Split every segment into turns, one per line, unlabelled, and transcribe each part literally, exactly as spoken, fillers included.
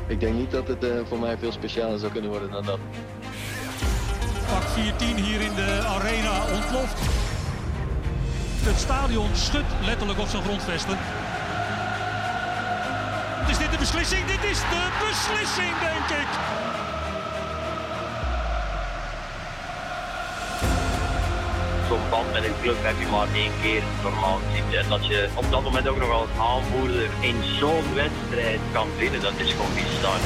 Ik denk niet dat het uh, voor mij veel specialer zou kunnen worden dan dat.
Pak veertien hier in de arena ontploft. Het stadion schudt letterlijk op zijn grondvesten. Is dit de beslissing? Dit is de beslissing, denk ik.
Zo'n band met een club heb je maar één keer normaal gezien. En dat je op dat moment ook nog als aanvoerder in zo'n wedstrijd kan winnen, dat is gewoon bizar.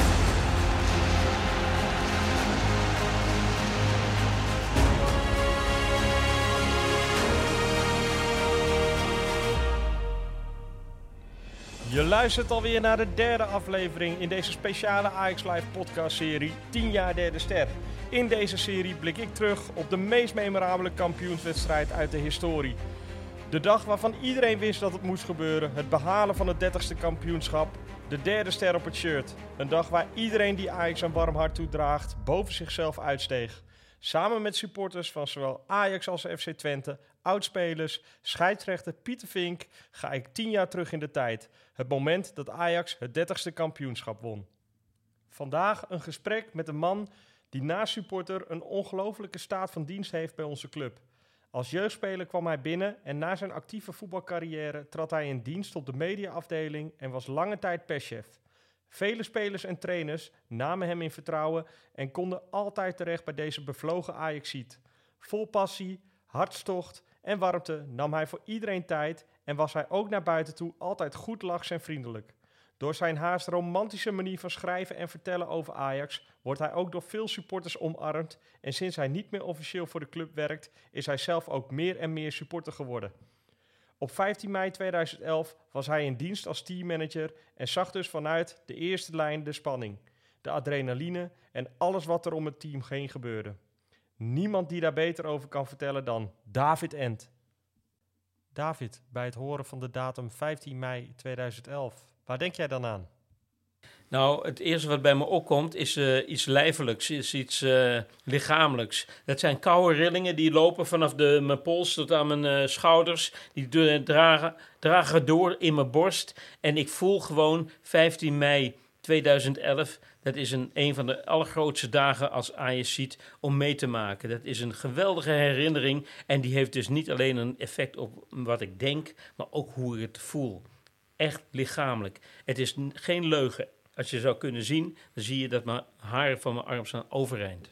Je luistert alweer naar de derde aflevering in deze speciale Ajax Live podcastserie tien jaar derde ster. In deze serie blik ik terug op de meest memorabele kampioenswedstrijd uit de historie. De dag waarvan iedereen wist dat het moest gebeuren, het behalen van het dertigste kampioenschap, de derde ster op het shirt. Een dag waar iedereen die Ajax een warm hart toedraagt boven zichzelf uitsteeg. Samen met supporters van zowel Ajax als F C Twente, oudspelers, scheidsrechter Pieter Vink ga ik tien jaar terug in de tijd. Het moment dat Ajax het dertigste kampioenschap won. Vandaag een gesprek met een man die naast supporter een ongelofelijke staat van dienst heeft bij onze club. Als jeugdspeler kwam hij binnen en na zijn actieve voetbalcarrière trad hij in dienst op de mediaafdeling en was lange tijd perschef. Vele spelers en trainers namen hem in vertrouwen en konden altijd terecht bij deze bevlogen Ajaxiet. Vol passie, hartstocht en warmte nam hij voor iedereen tijd en was hij ook naar buiten toe altijd goed lachs en vriendelijk. Door zijn haast romantische manier van schrijven en vertellen over Ajax wordt hij ook door veel supporters omarmd en sinds hij niet meer officieel voor de club werkt, is hij zelf ook meer en meer supporter geworden. Op vijftien mei tweeduizend elf was hij in dienst als teammanager en zag dus vanuit de eerste lijn de spanning, de adrenaline en alles wat er om het team heen gebeurde. Niemand die daar beter over kan vertellen dan David Ent. David, bij het horen van de datum vijftien mei tweeduizend elf, waar denk jij dan aan?
Nou, het eerste wat bij me opkomt is uh, iets lijfelijks, is iets uh, lichamelijks. Dat zijn koude rillingen die lopen vanaf de, mijn pols tot aan mijn uh, schouders. Die uh, dragen, dragen door in mijn borst. En ik voel gewoon vijftien mei tweeduizend elf, dat is een, een van de allergrootste dagen als Ajax ziet om mee te maken. Dat is een geweldige herinnering en die heeft dus niet alleen een effect op wat ik denk, maar ook hoe ik het voel. Echt lichamelijk. Het is n- geen leugen. Als je zou kunnen zien, dan zie je dat mijn haren van mijn arm staan overeind.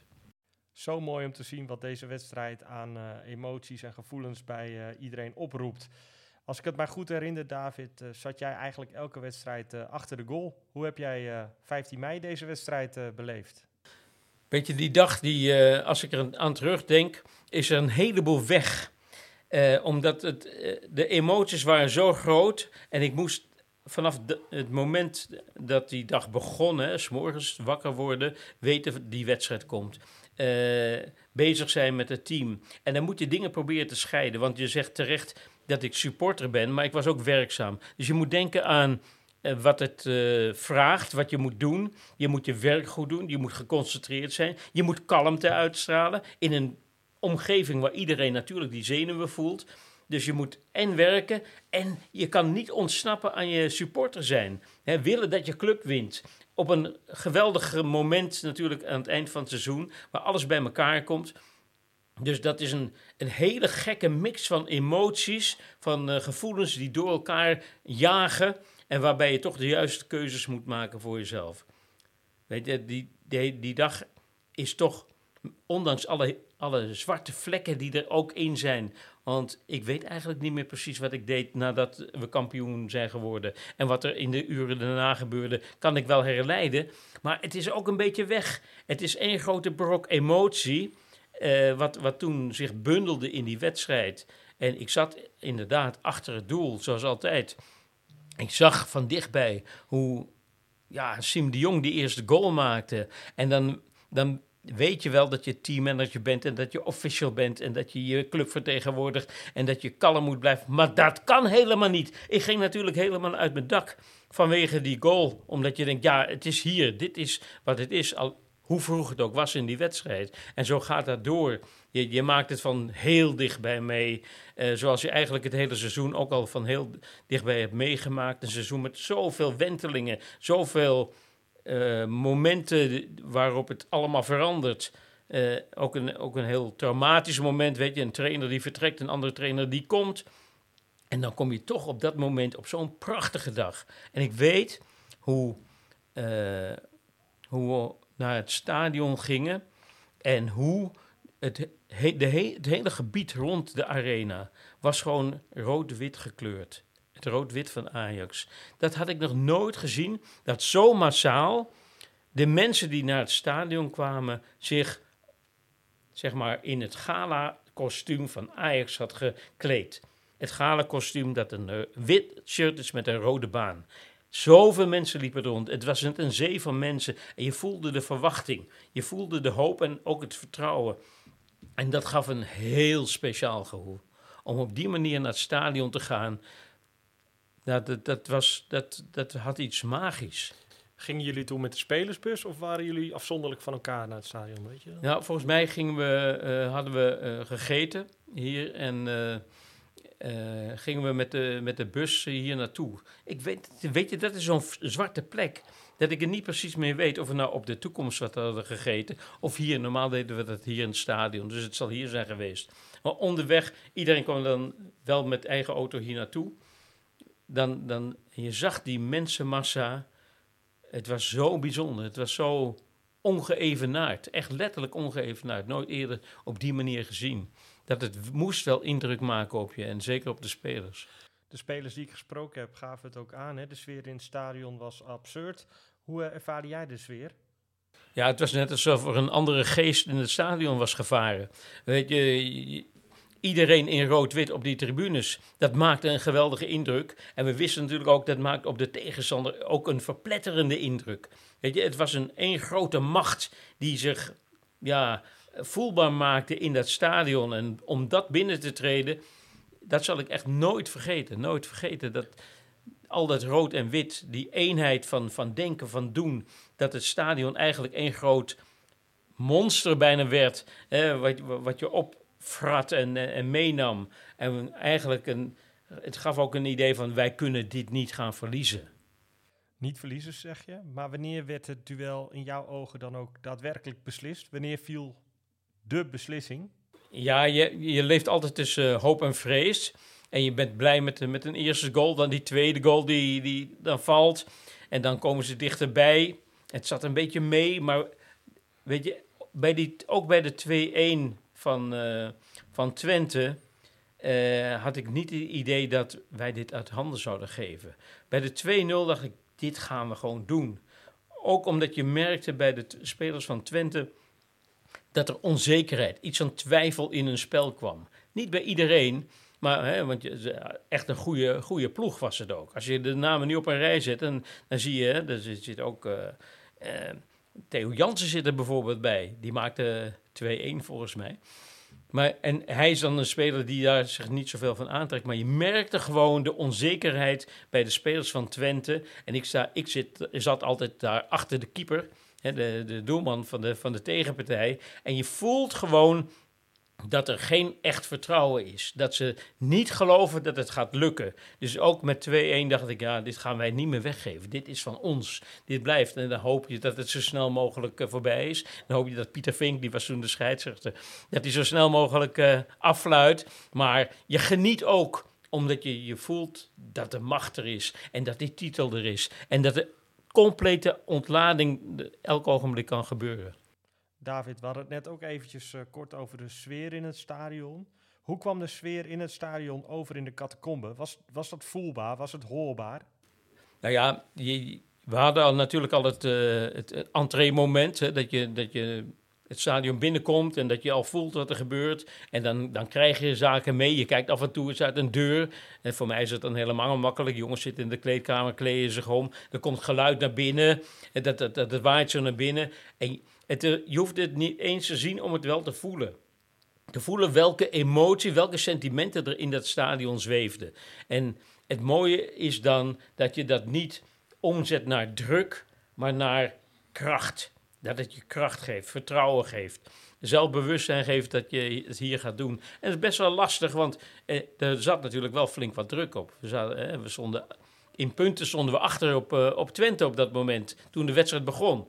Zo mooi om te zien wat deze wedstrijd aan uh, emoties en gevoelens bij uh, iedereen oproept. Als ik het mij goed herinner, David, uh, zat jij eigenlijk elke wedstrijd uh, achter de goal. Hoe heb jij uh, vijftien mei deze wedstrijd uh, beleefd?
Weet je, die dag, die, uh, als ik er aan terugdenk, is er een heleboel weg. Uh, omdat het, uh, de emoties waren zo groot en ik moest vanaf de, het moment dat die dag begon, hè, 's morgens wakker worden, weten die wedstrijd komt. Uh, bezig zijn met het team. En dan moet je dingen proberen te scheiden, want je zegt terecht dat ik supporter ben, maar ik was ook werkzaam. Dus je moet denken aan uh, wat het uh, vraagt, wat je moet doen. Je moet je werk goed doen, je moet geconcentreerd zijn. Je moet kalmte uitstralen in een omgeving waar iedereen natuurlijk die zenuwen voelt. Dus je moet en werken en je kan niet ontsnappen aan je supporter zijn. He, willen dat je club wint. Op een geweldig moment natuurlijk aan het eind van het seizoen, waar alles bij elkaar komt. Dus dat is een, een hele gekke mix van emoties, van uh, gevoelens die door elkaar jagen en waarbij je toch de juiste keuzes moet maken voor jezelf. Weet je, die, die, die dag is toch, ondanks alle, alle zwarte vlekken die er ook in zijn, want ik weet eigenlijk niet meer precies wat ik deed nadat we kampioen zijn geworden. En wat er in de uren daarna gebeurde, kan ik wel herleiden. Maar het is ook een beetje weg. Het is één grote brok emotie, uh, wat, wat toen zich bundelde in die wedstrijd. En ik zat inderdaad achter het doel, zoals altijd. Ik zag van dichtbij hoe ja, Siem de Jong die eerste goal maakte. En dan... dan weet je wel dat je teammanager bent en dat je official bent en dat je je club vertegenwoordigt en dat je kalm moet blijven. Maar dat kan helemaal niet. Ik ging natuurlijk helemaal uit mijn dak vanwege die goal. Omdat je denkt, ja, het is hier. Dit is wat het is. Al hoe vroeg het ook was in die wedstrijd. En zo gaat dat door. Je, je maakt het van heel dichtbij mee. Uh, zoals je eigenlijk het hele seizoen ook al van heel dichtbij hebt meegemaakt. Een seizoen met zoveel wentelingen, zoveel... uh, momenten waarop het allemaal verandert. Uh, ook, een, ook een heel traumatisch moment, weet je. Een trainer die vertrekt, een andere trainer die komt. En dan kom je toch op dat moment op zo'n prachtige dag. En ik weet hoe, uh, hoe we naar het stadion gingen en hoe het, he, de he, het hele gebied rond de arena was gewoon rood-wit gekleurd. Het rood-wit van Ajax. Dat had ik nog nooit gezien, dat zo massaal de mensen die naar het stadion kwamen zich, zeg maar, in het gala-kostuum van Ajax had gekleed. Het gala-kostuum dat een uh, wit shirt is met een rode baan. Zoveel mensen liepen rond. Het was een, een zee van mensen. En je voelde de verwachting. Je voelde de hoop en ook het vertrouwen. En dat gaf een heel speciaal gevoel. Om op die manier naar het stadion te gaan, dat, dat, dat, was, dat, dat had iets magisch.
Gingen jullie toen met de spelersbus of waren jullie afzonderlijk van elkaar naar het stadion? Weet je?
Nou, volgens mij gingen we, uh, hadden we uh, gegeten hier en uh, uh, gingen we met de, met de bus hier naartoe. Ik weet, weet je, dat is zo'n v- zwarte plek, dat ik er niet precies mee weet of we nou op de toekomst wat hadden gegeten of hier. Normaal deden we dat hier in het stadion, dus het zal hier zijn geweest. Maar onderweg, iedereen kwam dan wel met eigen auto hier naartoe. Dan, dan, je zag die mensenmassa. Het was zo bijzonder. Het was zo ongeëvenaard. Echt letterlijk ongeëvenaard. Nooit eerder op die manier gezien. Dat het moest wel indruk maken op je. En zeker op de spelers.
De spelers die ik gesproken heb gaven het ook aan. Hè? De sfeer in het stadion was absurd. Hoe uh, ervaarde jij de sfeer?
Ja, het was net alsof er een andere geest in het stadion was gevaren. Weet je, iedereen in rood-wit op die tribunes, dat maakte een geweldige indruk. En we wisten natuurlijk ook, dat maakt op de tegenstander ook een verpletterende indruk. Weet je, het was een één grote macht die zich, ja, voelbaar maakte in dat stadion. En om dat binnen te treden, dat zal ik echt nooit vergeten. Nooit vergeten dat al dat rood en wit, die eenheid van, van denken, van doen, dat het stadion eigenlijk één groot monster bijna werd, hè, wat, wat je opvrat en, en meenam. En eigenlijk, een, het gaf ook een idee van, wij kunnen dit niet gaan verliezen.
Niet verliezen, zeg je. Maar wanneer werd het duel in jouw ogen dan ook daadwerkelijk beslist? Wanneer viel de beslissing?
Ja, je, je leeft altijd tussen uh, hoop en vrees. En je bent blij met, met een eerste goal, dan die tweede goal die, die dan valt. En dan komen ze dichterbij. Het zat een beetje mee, maar weet je, bij die, ook bij de twee-een van, uh, van Twente uh, had ik niet het idee dat wij dit uit handen zouden geven. Bij de twee-nul dacht ik, dit gaan we gewoon doen. Ook omdat je merkte bij de t- spelers van Twente dat er onzekerheid, iets van twijfel in hun spel kwam. Niet bij iedereen, maar hè, want je, echt een goede, goede ploeg was het ook. Als je de namen nu op een rij zet, dan, dan zie je, hè, er zit ook uh, uh, Theo Jansen zit er bijvoorbeeld bij. Die maakte twee-een volgens mij. Maar, en hij is dan een speler die daar zich niet zoveel van aantrekt. Maar je merkte gewoon de onzekerheid bij de spelers van Twente. En ik, sta, ik zit, zat altijd daar achter de keeper, hè, de, de doelman van de, van de tegenpartij. En je voelt gewoon dat er geen echt vertrouwen is. Dat ze niet geloven dat het gaat lukken. Dus ook met twee-een dacht ik, ja, dit gaan wij niet meer weggeven. Dit is van ons. Dit blijft. En dan hoop je dat het zo snel mogelijk uh, voorbij is. Dan hoop je dat Pieter Vink, die was toen de scheidsrechter, dat hij zo snel mogelijk uh, affluit. Maar je geniet ook, omdat je je voelt dat de macht er is. En dat die titel er is. En dat de complete ontlading elk ogenblik kan gebeuren.
David, we hadden het net ook eventjes uh, kort over de sfeer in het stadion. Hoe kwam de sfeer in het stadion over in de catacombe? Was, was dat voelbaar? Was het hoorbaar?
Nou ja, je, we hadden al natuurlijk al het, uh, het entree-moment, hè, dat je, dat je het stadion binnenkomt en dat je al voelt wat er gebeurt. En dan, dan krijg je zaken mee. Je kijkt af en toe eens uit een deur. En voor mij is het dan helemaal makkelijk. Jongens zitten in de kleedkamer, kleden zich om. Er komt geluid naar binnen. En dat, dat, dat, dat waait zo naar binnen. En het, je hoeft het niet eens te zien om het wel te voelen. Te voelen welke emotie, welke sentimenten er in dat stadion zweefden. En het mooie is dan dat je dat niet omzet naar druk, maar naar kracht. Dat het je kracht geeft, vertrouwen geeft, zelfbewustzijn geeft dat je het hier gaat doen. En het is best wel lastig, want eh, er zat natuurlijk wel flink wat druk op. We, zaten, eh, we stonden In punten stonden we achter op, uh, op Twente op dat moment, toen de wedstrijd begon.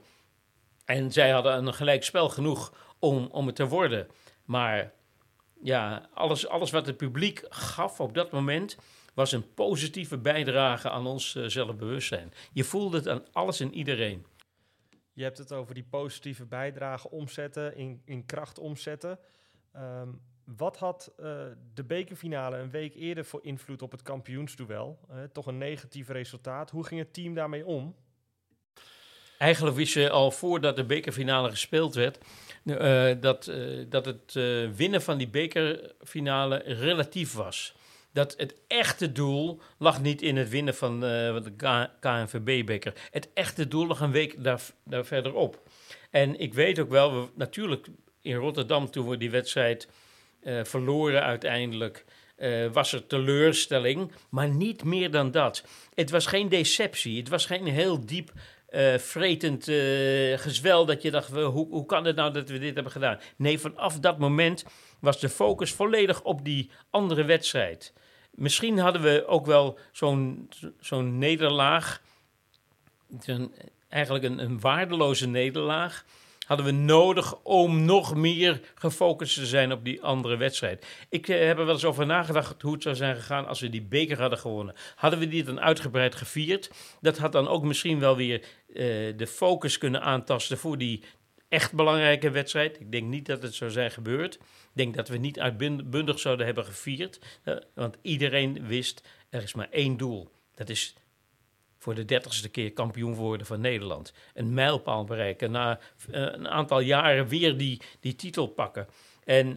En zij hadden een gelijkspel genoeg om, om het te worden. Maar ja, alles, alles wat het publiek gaf op dat moment was een positieve bijdrage aan ons uh, zelfbewustzijn. Je voelde het aan alles en iedereen.
Je hebt het over die positieve bijdrage omzetten, in, in kracht omzetten. Um, wat had uh, de bekerfinale een week eerder voor invloed op het kampioensduel? Uh, toch een negatief resultaat. Hoe ging het team daarmee om?
Eigenlijk wist je al voordat de bekerfinale gespeeld werd Uh, dat, uh, dat het uh, winnen van die bekerfinale relatief was. Dat het echte doel lag niet in het winnen van uh, de K N V B-beker. Het echte doel lag een week daar, daar verderop. En ik weet ook wel, we, natuurlijk in Rotterdam toen we die wedstrijd uh, verloren uiteindelijk, uh, was er teleurstelling, maar niet meer dan dat. Het was geen deceptie, het was geen heel diep Uh, vretend uh, gezwel dat je dacht, hoe, hoe kan het nou dat we dit hebben gedaan? Nee, vanaf dat moment was de focus volledig op die andere wedstrijd. Misschien hadden we ook wel zo'n, zo'n nederlaag, zo'n, eigenlijk een, een waardeloze nederlaag, hadden we nodig om nog meer gefocust te zijn op die andere wedstrijd. Ik uh, heb er wel eens over nagedacht hoe het zou zijn gegaan als we die beker hadden gewonnen. Hadden we die dan uitgebreid gevierd? Dat had dan ook misschien wel weer uh, de focus kunnen aantasten voor die echt belangrijke wedstrijd. Ik denk niet dat het zou zijn gebeurd. Ik denk dat we niet uitbundig zouden hebben gevierd. Uh, want iedereen wist, er is maar één doel. Dat is voor de dertigste keer kampioen worden van Nederland. Een mijlpaal bereiken. Na uh, een aantal jaren weer die, die titel pakken. En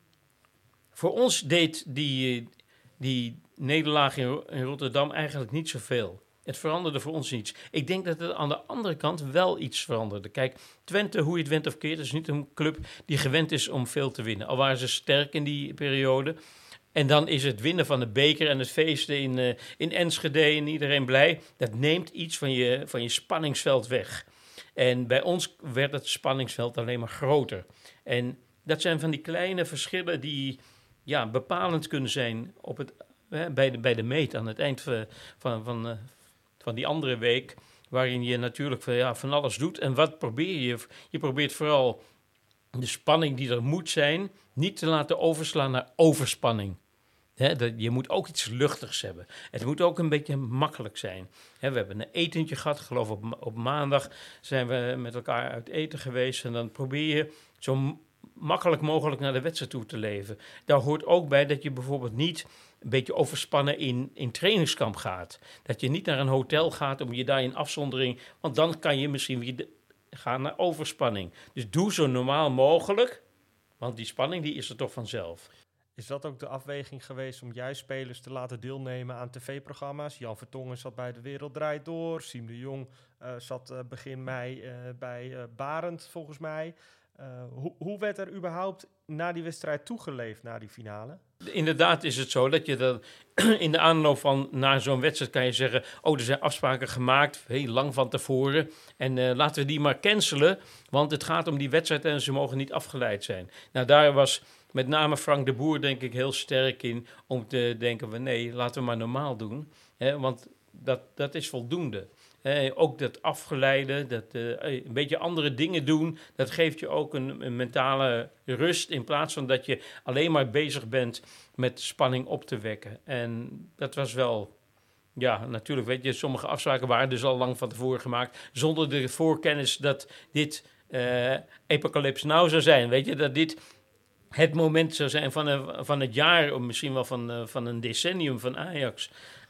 voor ons deed die, die nederlaag in, in Rotterdam eigenlijk niet zoveel. Het veranderde voor ons niets. Ik denk dat het aan de andere kant wel iets veranderde. Kijk, Twente, hoe je het went of keert, is niet een club die gewend is om veel te winnen. Al waren ze sterk in die periode. En dan is het winnen van de beker en het feesten in, uh, in Enschede en iedereen blij. Dat neemt iets van je, van je spanningsveld weg. En bij ons werd het spanningsveld alleen maar groter. En dat zijn van die kleine verschillen die ja, bepalend kunnen zijn op het, hè, bij, de, bij de meet aan het eind van, van, van, uh, van die andere week. Waarin je natuurlijk van, ja, van alles doet. En wat probeer je? Je probeert vooral de spanning die er moet zijn niet te laten overslaan naar overspanning. He, dat, je moet ook iets luchtigs hebben. Het moet ook een beetje makkelijk zijn. He, we hebben een etentje gehad, ik geloof op, op maandag zijn we met elkaar uit eten geweest. En dan probeer je zo m- makkelijk mogelijk naar de wedstrijd toe te leven. Daar hoort ook bij dat je bijvoorbeeld niet een beetje overspannen in, in trainingskamp gaat. Dat je niet naar een hotel gaat om je daar in afzondering, want dan kan je misschien weer de, gaan naar overspanning. Dus doe zo normaal mogelijk, want die spanning die is er toch vanzelf.
Is dat ook de afweging geweest om juist spelers te laten deelnemen aan tv-programma's? Jan Vertongen zat bij De Wereld Draait Door. Siem de Jong uh, zat uh, begin mei uh, bij uh, Barend, volgens mij. Uh, hoe, hoe werd er überhaupt na die wedstrijd toegeleefd, na die finale?
Inderdaad is het zo dat je dat in de aanloop van na zo'n wedstrijd kan je zeggen, oh, er zijn afspraken gemaakt, heel lang van tevoren. En uh, laten we die maar cancelen, want het gaat om die wedstrijd en ze mogen niet afgeleid zijn. Nou, daar was met name Frank de Boer denk ik heel sterk in om te denken van nee, laten we maar normaal doen. Hè, want dat, dat is voldoende. He, ook dat afgeleide, dat uh, een beetje andere dingen doen, dat geeft je ook een, een mentale rust in plaats van dat je alleen maar bezig bent met spanning op te wekken. En dat was wel, ja, natuurlijk weet je, sommige afspraken waren dus al lang van tevoren gemaakt, zonder de voorkennis dat dit uh, Apocalypse Now zou zijn. Weet je, dat dit het moment zou zijn van, een, van het jaar, of misschien wel van, uh, van een decennium van Ajax.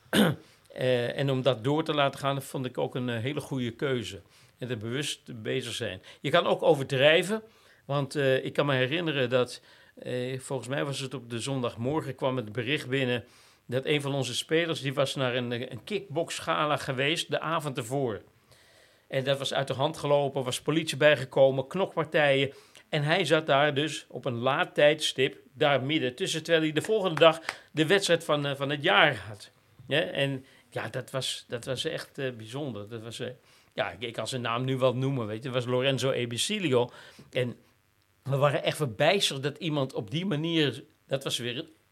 Uh, en om dat door te laten gaan, vond ik ook een uh, hele goede keuze. En er bewust bezig zijn. Je kan ook overdrijven, want uh, ik kan me herinneren dat, uh, volgens mij was het op de zondagmorgen, kwam het bericht binnen dat een van onze spelers, die was naar een, een kickboxgala geweest de avond ervoor. En dat was uit de hand gelopen, was politie bijgekomen, knokpartijen. En hij zat daar dus op een laat tijdstip, daar midden tussen, terwijl hij de volgende dag de wedstrijd van, uh, van het jaar had. Ja, en ja, dat was, dat was echt uh, bijzonder. Dat was, uh, ja, ik kan zijn naam nu wel noemen, weet je. Dat was Lorenzo Ebesilio. En we waren echt verbijsterd dat iemand op die manier, dat was weer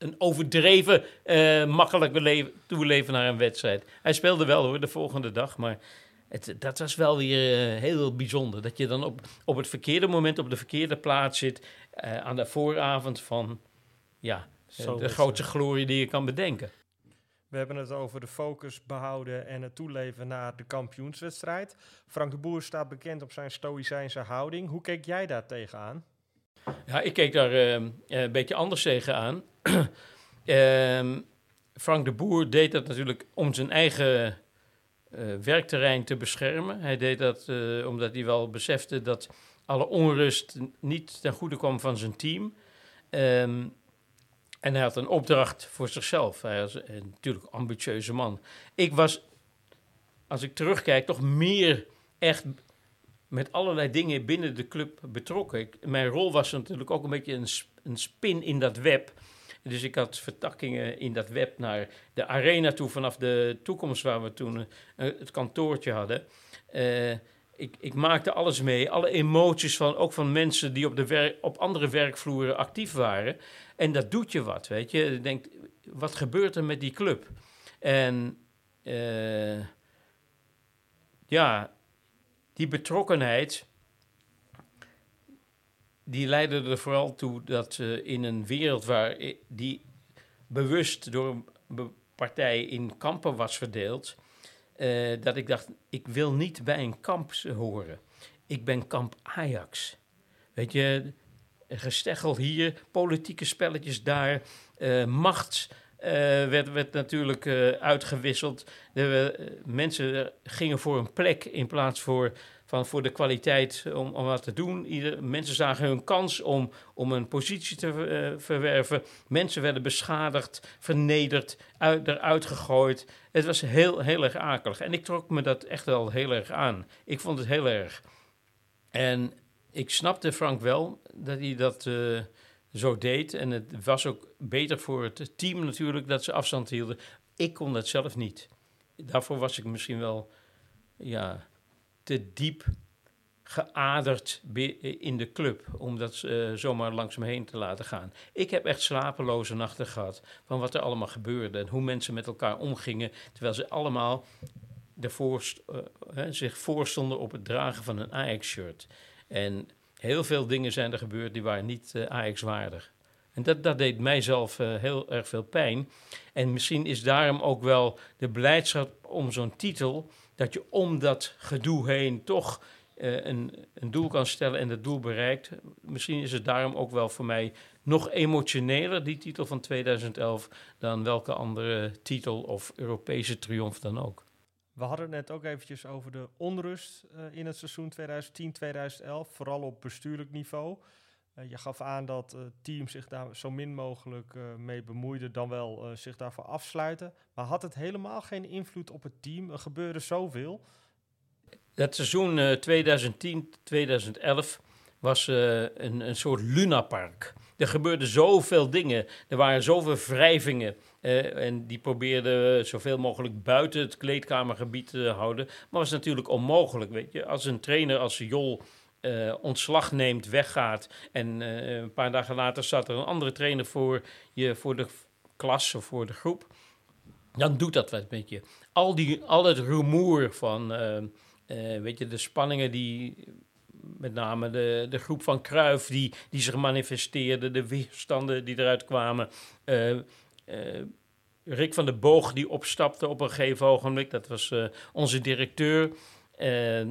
een overdreven uh, makkelijk le- toeleven naar een wedstrijd. Hij speelde wel hoor, de volgende dag, maar het, dat was wel weer uh, heel bijzonder. Dat je dan op, op het verkeerde moment op de verkeerde plaats zit uh, aan de vooravond van ja, uh, de grootste glorie die je kan bedenken.
We hebben het over de focus behouden en het toeleven naar de kampioenswedstrijd. Frank de Boer staat bekend op zijn stoïcijnse houding. Hoe keek jij daar tegenaan?
Ja, ik keek daar uh, een beetje anders tegenaan. uh, Frank de Boer deed dat natuurlijk om zijn eigen uh, werkterrein te beschermen. Hij deed dat uh, omdat hij wel besefte dat alle onrust niet ten goede kwam van zijn team. Um, En hij had een opdracht voor zichzelf. Hij was een natuurlijk ambitieuze man. Ik was, als ik terugkijk, toch meer echt met allerlei dingen binnen de club betrokken. Ik, mijn rol was natuurlijk ook een beetje een, een spin in dat web. Dus ik had vertakkingen in dat web naar de arena toe, vanaf de toekomst waar we toen uh, het kantoortje hadden. Uh, ik, ik maakte alles mee, alle emoties van, ook van mensen die op, de wer- op andere werkvloeren actief waren. En dat doet je wat, weet je. Je denkt, wat gebeurt er met die club? En uh, ja, die betrokkenheid, die leidde er vooral toe dat uh, in een wereld waar die bewust door een partij in kampen was verdeeld, uh, dat ik dacht, ik wil niet bij een kamp horen. Ik ben kamp Ajax. Weet je, gesteggel hier, politieke spelletjes daar, uh, macht uh, werd, werd natuurlijk uh, uitgewisseld. De, uh, mensen gingen voor een plek in plaats voor, van voor de kwaliteit om, om wat te doen. Ieder, mensen zagen hun kans om, om een positie te uh, verwerven. Mensen werden beschadigd, vernederd, uit, eruit gegooid. Het was heel, heel erg akelig. En ik trok me dat echt wel heel erg aan. Ik vond het heel erg. En ik snapte Frank wel dat hij dat uh, zo deed. En het was ook beter voor het team natuurlijk dat ze afstand hielden. Ik kon dat zelf niet. Daarvoor was ik misschien wel ja, te diep geaderd in de club. Om dat uh, zomaar langs me heen te laten gaan. Ik heb echt slapeloze nachten gehad van wat er allemaal gebeurde. En hoe mensen met elkaar omgingen. Terwijl ze allemaal de voorst, uh, uh, zich voorstonden op het dragen van een Ajax-shirt. En heel veel dingen zijn er gebeurd die waren niet uh, Ajax-waardig. En dat, dat deed mijzelf uh, heel erg veel pijn. En misschien is daarom ook wel de blijdschap om zo'n titel, dat je om dat gedoe heen toch uh, een, een doel kan stellen en het doel bereikt. Misschien is het daarom ook wel voor mij nog emotioneler, die titel van tweeduizend elf, dan welke andere titel of Europese triomf dan ook.
We hadden het net ook eventjes over de onrust uh, in het seizoen tweeduizend tien tweeduizend elf, vooral op bestuurlijk niveau. Uh, je gaf aan dat het uh, team zich daar zo min mogelijk uh, mee bemoeide, dan wel uh, zich daarvoor afsluiten. Maar had het helemaal geen invloed op het team? Er gebeurde zoveel.
Dat seizoen uh, tweeduizend tien tweeduizend elf was uh, een, een soort lunapark. Er gebeurden zoveel dingen. Er waren zoveel wrijvingen. Uh, en die probeerden zoveel mogelijk buiten het kleedkamergebied te houden. Maar was natuurlijk onmogelijk, weet je. Als een trainer als Jol uh, ontslag neemt, weggaat en uh, een paar dagen later staat er een andere trainer voor je, voor de klas of voor de groep, dan doet dat wat met je. Al, die, al het rumoer van, uh, uh, weet je, de spanningen die, met name de, de groep van Cruijff die, die zich manifesteerde, de weerstanden die eruit kwamen. Uh, uh, Rick van der Boog die opstapte op een gegeven ogenblik, dat was uh, onze directeur. Uh,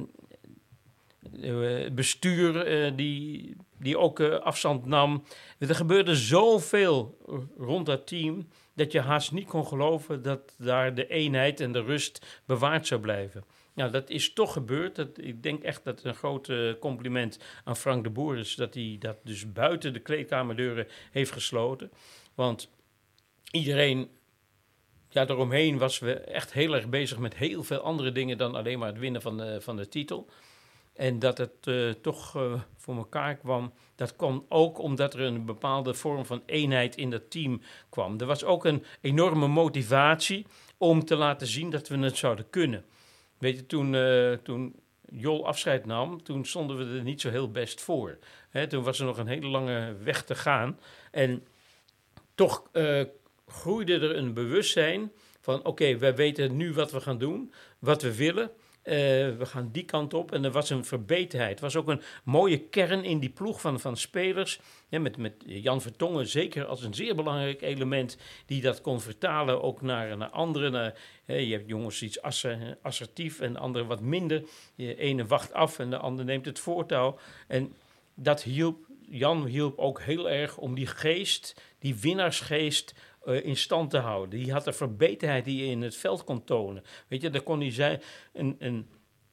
bestuur uh, die, die ook uh, afstand nam. Er gebeurde zoveel rond dat team dat je haast niet kon geloven dat daar de eenheid en de rust bewaard zou blijven. Nou, dat is toch gebeurd. Dat, ik denk echt dat het een groot uh, compliment aan Frank de Boer is dat hij dat dus buiten de kleedkamerdeuren heeft gesloten. Want iedereen, ja, daaromheen was we echt heel erg bezig met heel veel andere dingen dan alleen maar het winnen van de, van de titel. En dat het uh, toch uh, voor elkaar kwam, dat kwam ook omdat er een bepaalde vorm van eenheid in dat team kwam. Er was ook een enorme motivatie om te laten zien dat we het zouden kunnen. Weet je, toen, uh, toen Jol afscheid nam, toen stonden we er niet zo heel best voor. Hè, toen was er nog een hele lange weg te gaan. En toch uh, groeide er een bewustzijn van oké, okay, wij weten nu wat we gaan doen, wat we willen. Uh, we gaan die kant op en er was een verbeterheid. Er was ook een mooie kern in die ploeg van, van spelers. Ja, met, met Jan Vertongen zeker als een zeer belangrijk element die dat kon vertalen ook naar, naar anderen. Naar, hè, je hebt jongens iets asser, assertief en anderen wat minder. De ene wacht af en de ander neemt het voortouw. En dat hielp, Jan hielp ook heel erg om die geest, die winnaarsgeest Uh, in stand te houden. Die had een verbeterheid die je in het veld kon tonen. Weet je, daar kon hij zijn, een, een,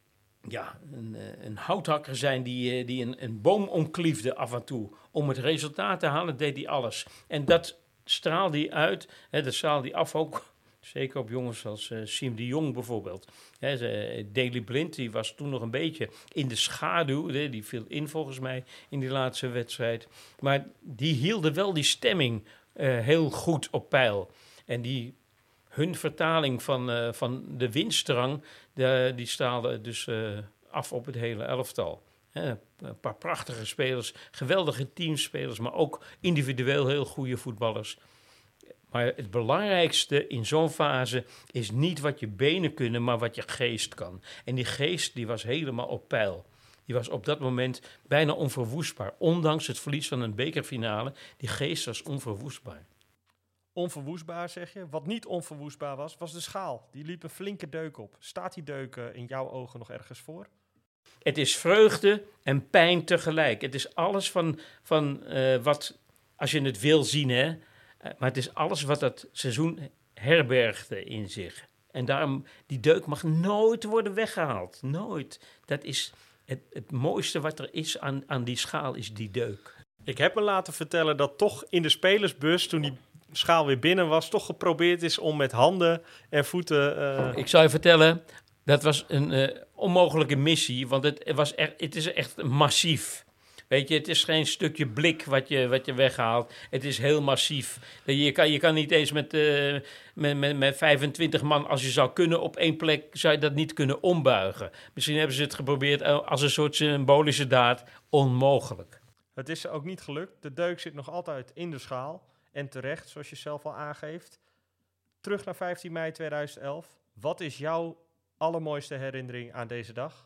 ja, een, een houthakker zijn die, die een, een boom omkliefde af en toe. Om het resultaat te halen deed hij alles. En dat straalde hij uit, hè, dat straalde hij af ook, zeker op jongens als uh, Siem de Jong bijvoorbeeld. Hè, Daley Blind, die was toen nog een beetje in de schaduw, hè, die viel in volgens mij in die laatste wedstrijd. Maar die hielden wel die stemming Uh, heel goed op peil. En die, hun vertaling van, uh, van de winstdrang, de, die straalde dus uh, af op het hele elftal. Uh, een paar prachtige spelers, geweldige teamspelers, maar ook individueel heel goede voetballers. Maar het belangrijkste in zo'n fase is niet wat je benen kunnen, maar wat je geest kan. En die geest die was helemaal op peil. Die was op dat moment bijna onverwoestbaar. Ondanks het verlies van een bekerfinale, die geest was onverwoestbaar.
Onverwoestbaar zeg je. Wat niet onverwoestbaar was, was de schaal. Die liep een flinke deuk op. Staat die deuk uh, in jouw ogen nog ergens voor?
Het is vreugde en pijn tegelijk. Het is alles van, van uh, wat, als je het wil zien, hè. Uh, maar het is alles wat dat seizoen herbergde in zich. En daarom, die deuk mag nooit worden weggehaald. Nooit. Dat is... Het, het mooiste wat er is aan, aan die schaal is die deuk.
Ik heb me laten vertellen dat toch in de spelersbus, toen die schaal weer binnen was, toch geprobeerd is om met handen en voeten... Uh...
Ik zou je vertellen, dat was een uh, onmogelijke missie, want het, was er, het is echt massief. Weet je, het is geen stukje blik wat je, wat je weghaalt. Het is heel massief. Je kan, je kan niet eens met, uh, met, met, met vijfentwintig man, als je zou kunnen, op één plek zou je dat niet kunnen ombuigen. Misschien hebben ze het geprobeerd als een soort symbolische daad. Onmogelijk.
Het is ook niet gelukt. De deuk zit nog altijd in de schaal. En terecht, zoals je zelf al aangeeft. Terug naar vijftien mei tweeduizend elf. Wat is jouw allermooiste herinnering aan deze dag?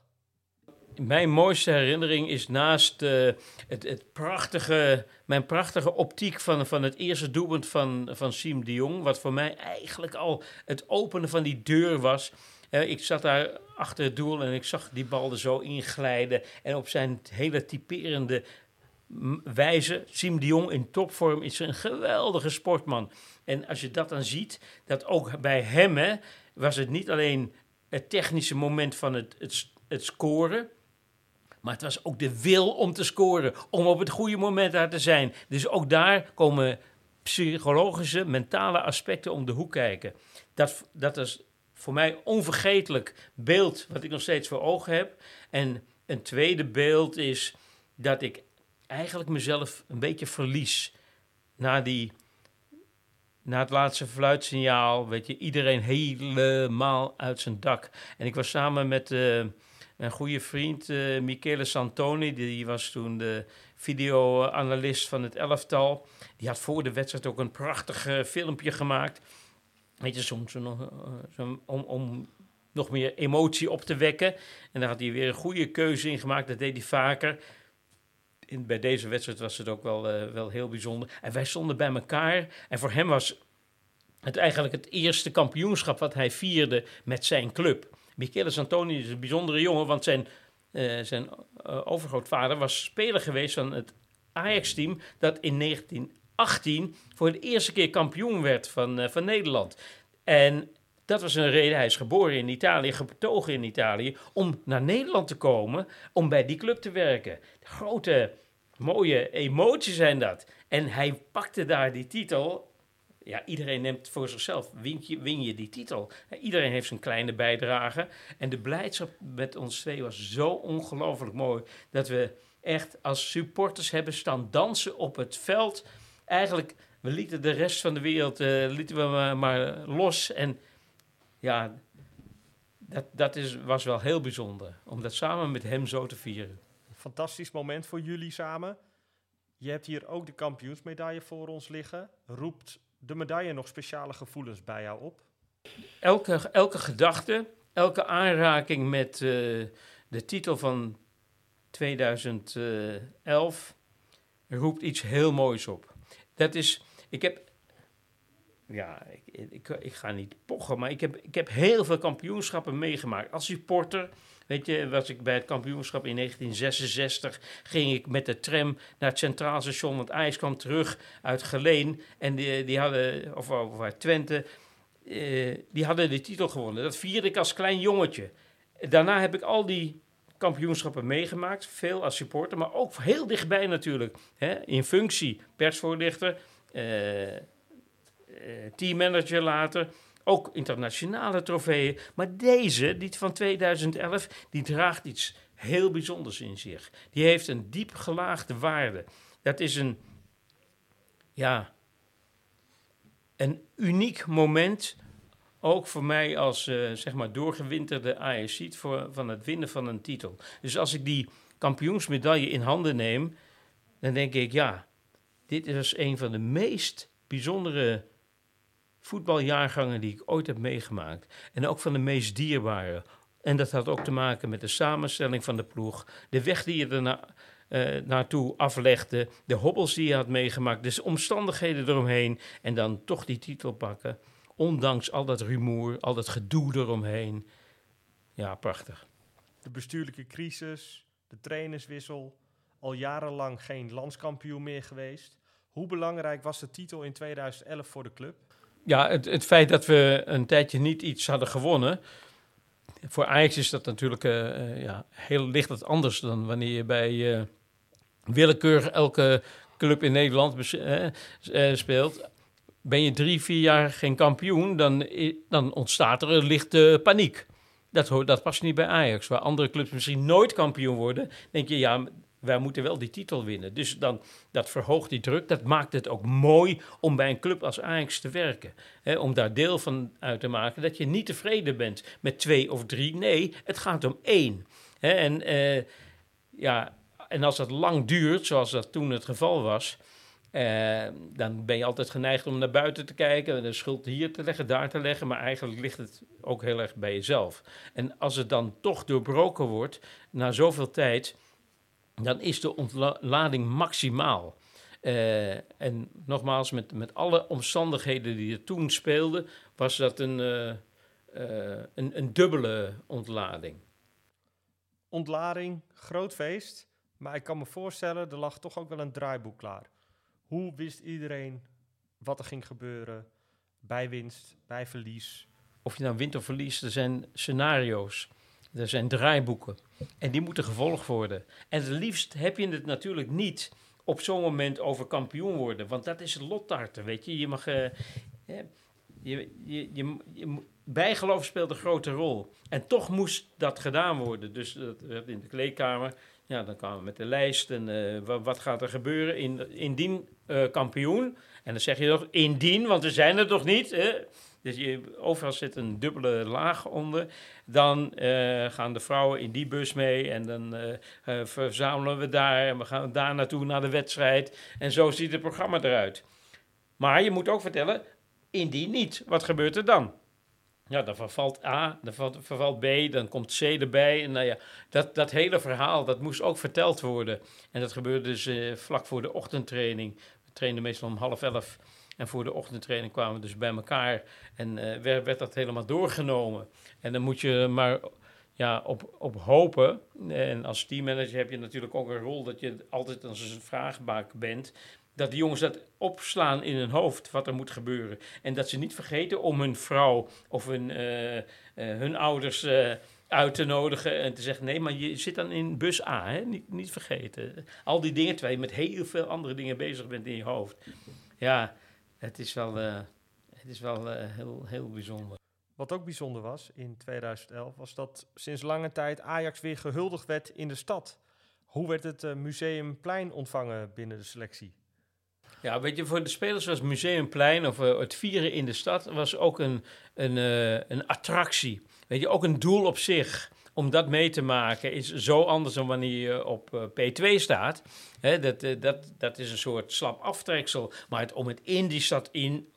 Mijn mooiste herinnering is naast uh, het, het prachtige, mijn prachtige optiek van, van het eerste doelpunt van, van Siem de Jong, wat voor mij eigenlijk al het openen van die deur was. Uh, ik zat daar achter het doel en ik zag die bal er zo inglijden. En op zijn hele typerende wijze, Siem de Jong in topvorm is een geweldige sportman. En als je dat dan ziet, dat ook bij hem hè, was het niet alleen het technische moment van het, het, het scoren, maar het was ook de wil om te scoren, om op het goede moment daar te zijn. Dus ook daar komen psychologische, mentale aspecten om de hoek kijken. Dat, dat is voor mij onvergetelijk beeld wat ik nog steeds voor ogen heb. En een tweede beeld is dat ik eigenlijk mezelf een beetje verlies. Na, die, na het laatste fluitsignaal, weet je, iedereen helemaal uit zijn dak. En ik was samen met uh, mijn goede vriend uh, Michele Santoni, die was toen de videoanalist van het elftal. Die had voor de wedstrijd ook een prachtig uh, filmpje gemaakt. Weet je, soms zo, zo, om, om nog meer emotie op te wekken. En daar had hij weer een goede keuze in gemaakt, dat deed hij vaker. In, bij deze wedstrijd was het ook wel, uh, wel heel bijzonder. En wij stonden bij elkaar. En voor hem was het eigenlijk het eerste kampioenschap wat hij vierde met zijn club. Michele Santoni is een bijzondere jongen, want zijn, uh, zijn uh, overgrootvader was speler geweest van het Ajax-team dat in negentien achttien voor de eerste keer kampioen werd van, uh, van Nederland. En dat was een reden. Hij is geboren in Italië, getogen in Italië, om naar Nederland te komen, om bij die club te werken. Grote, mooie emoties zijn dat. En hij pakte daar die titel. Ja, iedereen neemt voor zichzelf, win je, win je die titel. Ja, iedereen heeft zijn kleine bijdrage. En de blijdschap met ons twee was zo ongelooflijk mooi, dat we echt als supporters hebben staan dansen op het veld. Eigenlijk, we lieten de rest van de wereld uh, lieten we maar, maar los. En ja, dat, dat is, was wel heel bijzonder, om dat samen met hem zo te vieren.
Fantastisch moment voor jullie samen. Je hebt hier ook de kampioensmedaille voor ons liggen. Roept de medaille nog speciale gevoelens bij jou op?
Elke, elke gedachte, elke aanraking met uh, de titel van tweeduizend elf roept iets heel moois op. Dat is, ik heb, ja, ik, ik, ik ga niet pochen, maar ik heb, ik heb heel veel kampioenschappen meegemaakt. Als supporter, weet je, was ik bij het kampioenschap in negentien zesenzestig, ging ik met de tram naar het Centraal Station, want Ajax kwam terug uit Geleen en die, die hadden, of, of uit Twente, uh, die hadden de titel gewonnen. Dat vierde ik als klein jongetje. Daarna heb ik al die kampioenschappen meegemaakt, veel als supporter, maar ook heel dichtbij natuurlijk. Hè? In functie, persvoorlichter, uh, uh, teammanager later, ook internationale trofeeën. Maar deze, die van tweeduizend elf, die draagt iets heel bijzonders in zich. Die heeft een diep gelaagde waarde. Dat is een, ja, een uniek moment, ook voor mij als uh, zeg maar doorgewinterde Ajaxiet voor van het winnen van een titel. Dus als ik die kampioensmedaille in handen neem, dan denk ik, ja, dit is een van de meest bijzondere voetbaljaargangen die ik ooit heb meegemaakt. En ook van de meest dierbare. En dat had ook te maken met de samenstelling van de ploeg, de weg die je er na, uh, naartoe aflegde, de hobbels die je had meegemaakt, de omstandigheden eromheen en dan toch die titel pakken. Ondanks al dat rumoer, al dat gedoe eromheen. Ja, prachtig.
De bestuurlijke crisis, de trainerswissel, al jarenlang geen landskampioen meer geweest. Hoe belangrijk was de titel in tweeduizend elf voor de club?
Ja, het, het feit dat we een tijdje niet iets hadden gewonnen. Voor Ajax is dat natuurlijk uh, uh, ja, heel licht wat anders dan wanneer je bij uh, willekeurig elke club in Nederland bes- uh, uh, speelt. Ben je drie, vier jaar geen kampioen, dan, dan ontstaat er een lichte paniek. Dat, hoort, dat past niet bij Ajax. Waar andere clubs misschien nooit kampioen worden, denk je, ja, wij moeten wel die titel winnen. Dus dan, dat verhoogt die druk. Dat maakt het ook mooi om bij een club als Ajax te werken. He, om daar deel van uit te maken. Dat je niet tevreden bent met twee of drie. Nee, het gaat om één. He, en, uh, ja, en als dat lang duurt, zoals dat toen het geval was, Uh, dan ben je altijd geneigd om naar buiten te kijken, de schuld hier te leggen, daar te leggen, maar eigenlijk ligt het ook heel erg bij jezelf. En als het dan toch doorbroken wordt, na zoveel tijd, dan is de ontlading maximaal. Uh, en nogmaals, met, met alle omstandigheden die er toen speelden, was dat een, uh, uh, een, een dubbele ontlading.
Ontlading, groot feest, maar ik kan me voorstellen, er lag toch ook wel een draaiboek klaar. Hoe wist iedereen wat er ging gebeuren bij winst, bij verlies?
Of je nou wint of verliest, er zijn scenario's, er zijn draaiboeken. En die moeten gevolgd worden. En het liefst heb je het natuurlijk niet op zo'n moment over kampioen worden. Want dat is het lotarten, weet je. Je mag... Uh, je, je, je, je, je, bijgeloof speelt een grote rol. En toch moest dat gedaan worden. Dus dat werd in de kleedkamer. Ja, dan kwamen we met de lijst en uh, wat, wat gaat er gebeuren in, indien uh, kampioen. En dan zeg je nog indien, want we zijn er toch niet. Hè? Dus je, overal zit een dubbele laag onder. Dan uh, gaan de vrouwen in die bus mee en dan uh, uh, verzamelen we daar. En we gaan daar naartoe naar de wedstrijd. En zo ziet het programma eruit. Maar je moet ook vertellen, indien niet, wat gebeurt er dan? Ja, dan vervalt A, dan vervalt B, dan komt C erbij. En nou ja, dat, dat hele verhaal, dat moest ook verteld worden. En dat gebeurde dus uh, vlak voor de ochtendtraining. We trainden meestal om half elf. En voor de ochtendtraining kwamen we dus bij elkaar. En uh, werd, werd dat helemaal doorgenomen. En dan moet je maar ja, op, op hopen. En als teammanager heb je natuurlijk ook een rol dat je altijd als een vraagbaak bent. Dat die jongens dat opslaan in hun hoofd, wat er moet gebeuren. En dat ze niet vergeten om hun vrouw of hun, uh, uh, hun ouders uh, uit te nodigen. En te zeggen, nee, maar je zit dan in bus A, hè? Niet, niet vergeten. Al die dingen, terwijl je met heel veel andere dingen bezig bent in je hoofd. Ja, het is wel, uh, het is wel uh, heel, heel bijzonder.
Wat ook bijzonder was in tweeduizend elf, was dat sinds lange tijd Ajax weer gehuldigd werd in de stad. Hoe werd het uh, Museumplein ontvangen binnen de selectie?
Ja, weet je, voor de spelers was Museumplein of uh, het vieren in de stad was ook een, een, uh, een attractie. Weet je, ook een doel op zich om dat mee te maken is zo anders dan wanneer je op uh, P twee staat. Hè, dat, uh, dat, dat is een soort slap aftreksel. Maar het, om het in die stad in,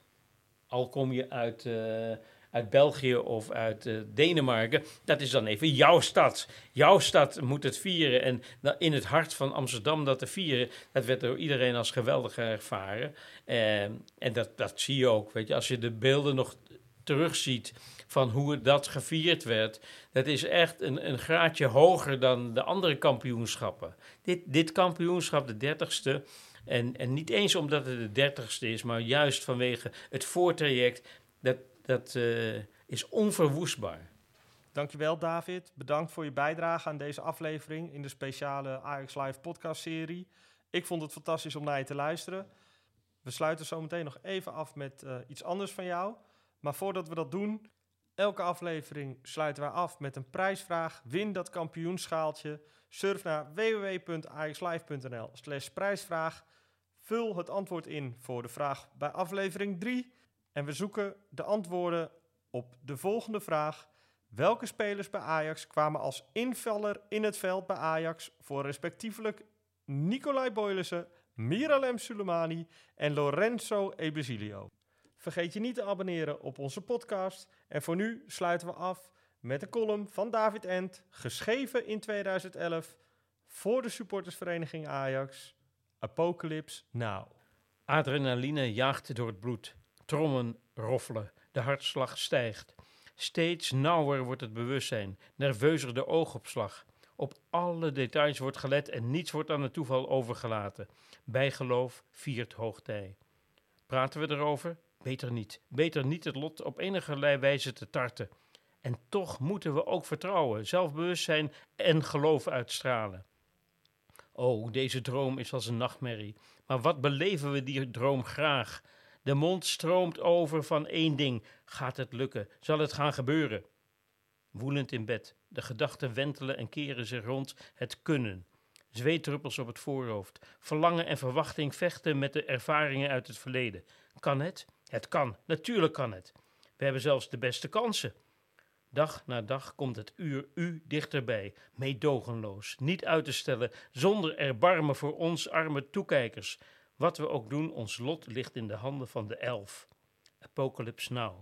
al kom je uit, uh, uit België of uit uh, Denemarken, dat is dan even jouw stad. Jouw stad moet het vieren. En in het hart van Amsterdam dat te vieren, dat werd door iedereen als geweldig ervaren. Uh, en dat, dat zie je ook. Weet je, als je de beelden nog terugziet van hoe dat gevierd werd, dat is echt een, een graadje hoger dan de andere kampioenschappen. Dit, dit kampioenschap, de dertigste, en, en niet eens omdat het de dertigste is, maar juist vanwege het voortraject, dat, dat uh, is onverwoestbaar.
Dankjewel David, bedankt voor je bijdrage aan deze aflevering in de speciale Ajax Live podcast serie. Ik vond het fantastisch om naar je te luisteren. We sluiten zo meteen nog even af met uh, iets anders van jou. Maar voordat we dat doen, elke aflevering sluiten wij af met een prijsvraag. Win dat kampioenschaaltje. Surf naar w w w punt ajaxlive punt n l slash prijsvraag. Vul het antwoord in voor de vraag bij aflevering drie. En we zoeken de antwoorden op de volgende vraag. Welke spelers bij Ajax kwamen als invaller in het veld bij Ajax voor respectievelijk Nicolai Boylissen, Miralem Soleimani en Lorenzo Ebesilio? Vergeet je niet te abonneren op onze podcast. En voor nu sluiten we af met een column van David Ent, geschreven in tweeduizend elf voor de supportersvereniging Ajax. Apocalypse Now.
Adrenaline jaagt door het bloed. Trommen roffelen. De hartslag stijgt. Steeds nauwer wordt het bewustzijn. Nerveuzer de oogopslag. Op alle details wordt gelet en niets wordt aan het toeval overgelaten. Bijgeloof viert hoogtij. Praten we erover? Beter niet. Beter niet het lot op enige wijze te tarten. En toch moeten we ook vertrouwen, zelfbewustzijn en geloof uitstralen. Oh, deze droom is als een nachtmerrie. Maar wat beleven we die droom graag? De mond stroomt over van één ding. Gaat het lukken? Zal het gaan gebeuren? Woelend in bed. De gedachten wentelen en keren zich rond het kunnen. Zweetdruppels op het voorhoofd. Verlangen en verwachting vechten met de ervaringen uit het verleden. Kan het? Het kan. Natuurlijk kan het. We hebben zelfs de beste kansen. Dag na dag komt het uur u dichterbij. Meedogenloos. Niet uit te stellen. Zonder erbarmen voor ons arme toekijkers. Wat we ook doen, ons lot ligt in de handen van de elf. Apocalypse Now.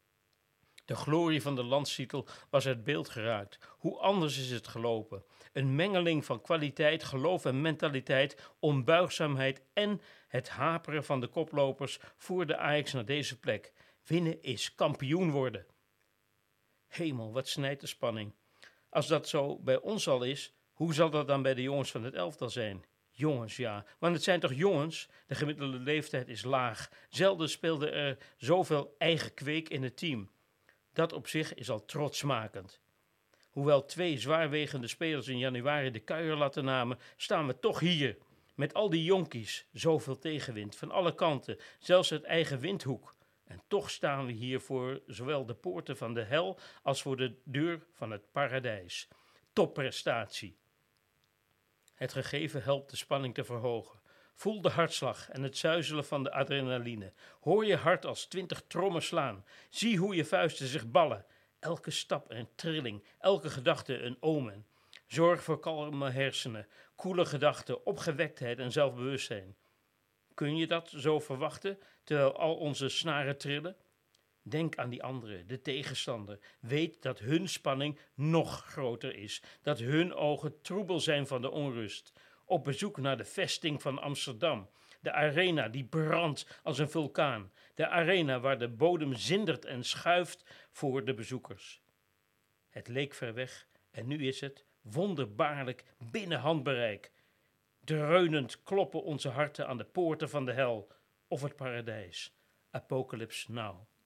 De glorie van de landstitel was uit beeld geraakt. Hoe anders is het gelopen? Een mengeling van kwaliteit, geloof en mentaliteit, onbuigzaamheid en het haperen van de koplopers voerde Ajax naar deze plek. Winnen is kampioen worden. Hemel, wat snijdt de spanning. Als dat zo bij ons al is, hoe zal dat dan bij de jongens van het elftal zijn? Jongens, ja, want het zijn toch jongens? De gemiddelde leeftijd is laag. Zelden speelde er zoveel eigen kweek in het team. Dat op zich is al trotsmakend. Hoewel twee zwaarwegende spelers in januari de kuier laten namen, staan we toch hier. Met al die jonkies, zoveel tegenwind, van alle kanten, zelfs het eigen windhoek. En toch staan we hier voor zowel de poorten van de hel als voor de deur van het paradijs. Topprestatie. Het gegeven helpt de spanning te verhogen. Voel de hartslag en het zuizelen van de adrenaline. Hoor je hart als twintig trommen slaan. Zie hoe je vuisten zich ballen. Elke stap een trilling, elke gedachte een omen. Zorg voor kalme hersenen, koele gedachten, opgewektheid en zelfbewustzijn. Kun je dat zo verwachten, terwijl al onze snaren trillen? Denk aan die anderen, de tegenstander. Weet dat hun spanning nog groter is. Dat hun ogen troebel zijn van de onrust. Op bezoek naar de vesting van Amsterdam. De arena die brandt als een vulkaan. De arena waar de bodem zindert en schuift voor de bezoekers. Het leek ver weg en nu is het wonderbaarlijk binnen handbereik. Dreunend kloppen onze harten aan de poorten van de hel of het paradijs. Apocalypse Now.